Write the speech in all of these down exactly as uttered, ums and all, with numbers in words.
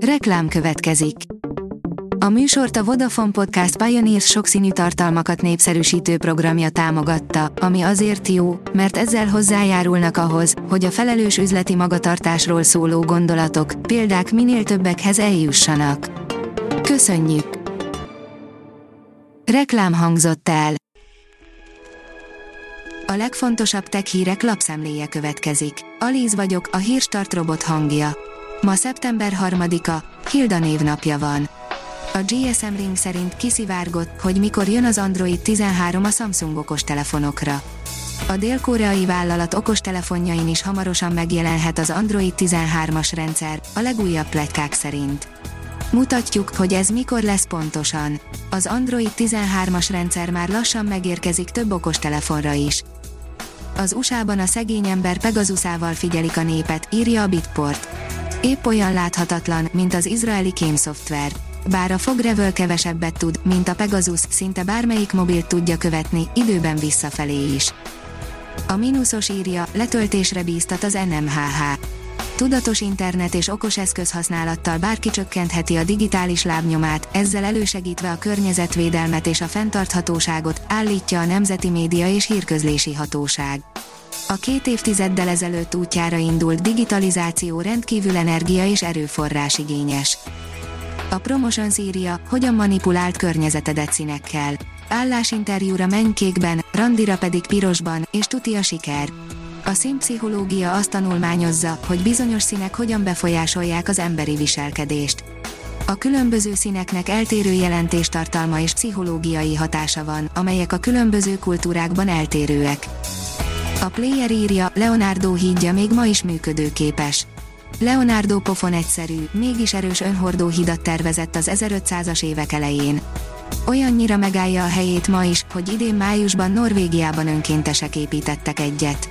Reklám következik. A műsort a Vodafone Podcast Pioneers sokszínű tartalmakat népszerűsítő programja támogatta, ami azért jó, mert ezzel hozzájárulnak ahhoz, hogy a felelős üzleti magatartásról szóló gondolatok, példák minél többekhez eljussanak. Köszönjük! Reklám hangzott el. A legfontosabb tech hírek lapszemléje következik. Alíz vagyok, a Hírstart robot hangja. Ma szeptember harmadika, Hilda névnapja van. A gé es em Ring szerint kiszivárgott, hogy mikor jön az Android tizenhárom a Samsung okostelefonokra. A dél-koreai vállalat okostelefonjain is hamarosan megjelenhet az Android tizenhármas rendszer, a legújabb pletykák szerint. Mutatjuk, hogy ez mikor lesz pontosan. Az Android tizenhármas rendszer már lassan megérkezik több okostelefonra is. Az u es á-ban a szegény ember Pegasusával figyelik a népet, írja a Bitport. Épp olyan láthatatlan, mint az izraeli kémszoftver. Bár a Fogrevel kevesebbet tud, mint a Pegasus, szinte bármelyik mobilt tudja követni, időben visszafelé is. A mínuszos írja, letöltésre bíztat az en em há há. Tudatos internet és okos eszközhasználattal bárki csökkentheti a digitális lábnyomát, ezzel elősegítve a környezetvédelmet és a fenntarthatóságot, állítja a Nemzeti Média és Hírközlési Hatóság. A két évtizeddel ezelőtt útjára indult digitalizáció rendkívül energia- és erőforrásigényes. A Promotions írja, hogyan manipulált környezetedet színekkel. Állásinterjúra menj kékben, randira pedig pirosban, és tuti a siker. A színpszichológia azt tanulmányozza, hogy bizonyos színek hogyan befolyásolják az emberi viselkedést. A különböző színeknek eltérő jelentéstartalma és pszichológiai hatása van, amelyek a különböző kultúrákban eltérőek. A Player írja, Leonardo hídja még ma is működőképes. Leonardo pofon egyszerű, mégis erős önhordó hidat tervezett az ezerötszázas évek elején. Olyannyira megállja a helyét ma is, hogy idén májusban Norvégiában önkéntesek építettek egyet.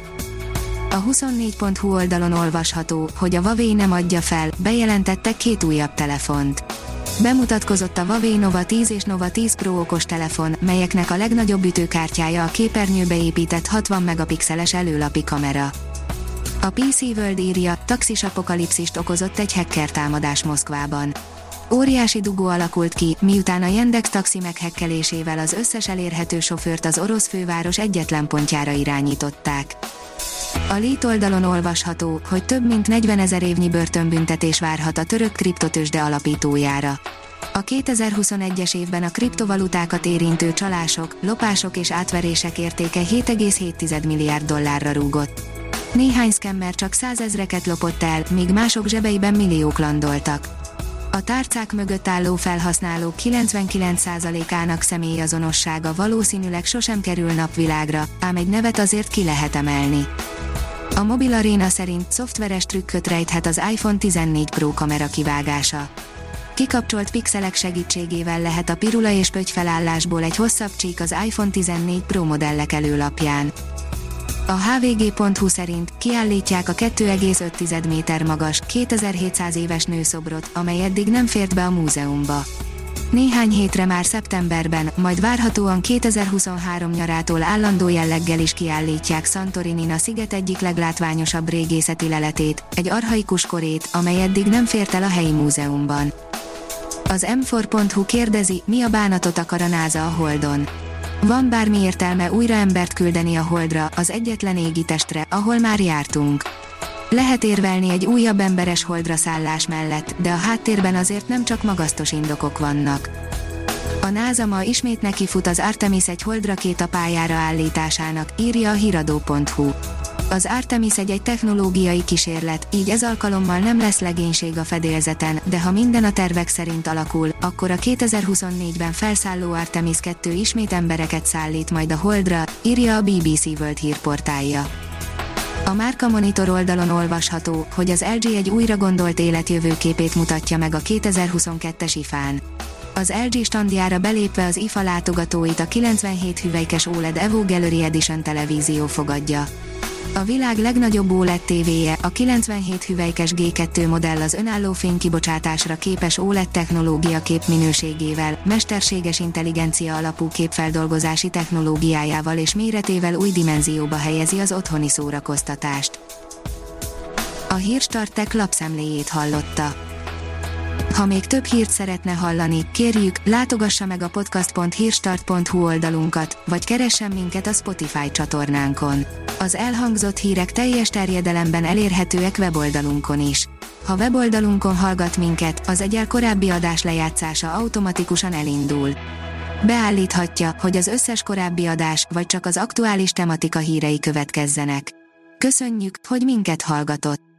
A huszonnégy pont hu oldalon olvasható, hogy a Huawei nem adja fel, bejelentettek két újabb telefont. Bemutatkozott a Huawei Nova tíz és Nova tíz Pro okostelefon, melyeknek a legnagyobb ütőkártyája a képernyőbe épített hatvan megapixeles előlapi kamera. A pé cé World írja, taxis apokalipszist okozott egy hacker támadás Moszkvában. Óriási dugó alakult ki, miután a Yandex taxi meghekkelésével az összes elérhető sofőrt az orosz főváros egyetlen pontjára irányították. A Lét oldalon olvasható, hogy több mint negyvenezer évnyi börtönbüntetés várhat a török kriptotőzsde alapítójára. A kétezer-huszonegyes évben a kriptovalutákat érintő csalások, lopások és átverések értéke hét egész hét milliárd dollárra rúgott. Néhány szkemmer csak százezreket lopott el, míg mások zsebeiben milliók landoltak. A tárcák mögött álló felhasználók kilencvenkilenc százalékának személyazonossága valószínűleg sosem kerül napvilágra, ám egy nevet azért ki lehet emelni. A Mobil Arena szerint szoftveres trükköt rejthet az iPhone tizennégy Pro kamera kivágása. Kikapcsolt pixelek segítségével lehet a pirula és pötty felállásból egy hosszabb csík az iPhone tizennégy Pro modellek előlapján. A há vé gé pont hu szerint kiállítják a két egész öt méter magas, kétezer-hétszáz éves nőszobrot, amely eddig nem fért be a múzeumba. Néhány hétre már szeptemberben, majd várhatóan kétezer-huszonhárom nyarától állandó jelleggel is kiállítják Santorinin a sziget egyik leglátványosabb régészeti leletét, egy archaikus korét, amely eddig nem fért el a helyi múzeumban. Az em négy pont hu kérdezi, mi a bánatot akar a NASA a Holdon. Van bármi értelme újra embert küldeni a Holdra, az egyetlen égitestre, ahol már jártunk. Lehet érvelni egy újabb emberes Holdra szállás mellett, de a háttérben azért nem csak magasztos indokok vannak. A NASA ma ismét nekifut az Artemis egy holdrakéta pályára állításának, írja a híradó pont hu. Az Artemis egy egy technológiai kísérlet, így ez alkalommal nem lesz legénység a fedélzeten, de ha minden a tervek szerint alakul, akkor a kétezer-huszonnégyben felszálló Artemis kettő ismét embereket szállít majd a Holdra, írja a bé bé cé World hírportálja. A Márka Monitor oldalon olvasható, hogy az el gé egy újra gondolt életjövőképét mutatja meg a kétezer-huszonkettes ifán. Az el gé standjára belépve az ifa látogatóit a kilencvenhét hüvelykes o led Evo Gallery Edition televízió fogadja. A világ legnagyobb o led tévéje, a kilencvenhét hüvelykes gé kettő modell az önálló fénykibocsátásra képes o led technológia képminőségével, mesterséges intelligencia alapú képfeldolgozási technológiájával és méretével új dimenzióba helyezi az otthoni szórakoztatást. A Hírstart Tech lapszemléjét hallotta. Ha még több hírt szeretne hallani, kérjük, látogassa meg a podcast pont hírstart pont hu oldalunkat, vagy keressen minket a Spotify csatornánkon. Az elhangzott hírek teljes terjedelemben elérhetőek weboldalunkon is. Ha weboldalunkon hallgat minket, az egyel korábbi adás lejátszása automatikusan elindul. Beállíthatja, hogy az összes korábbi adás, vagy csak az aktuális tematika hírei következzenek. Köszönjük, hogy minket hallgatott!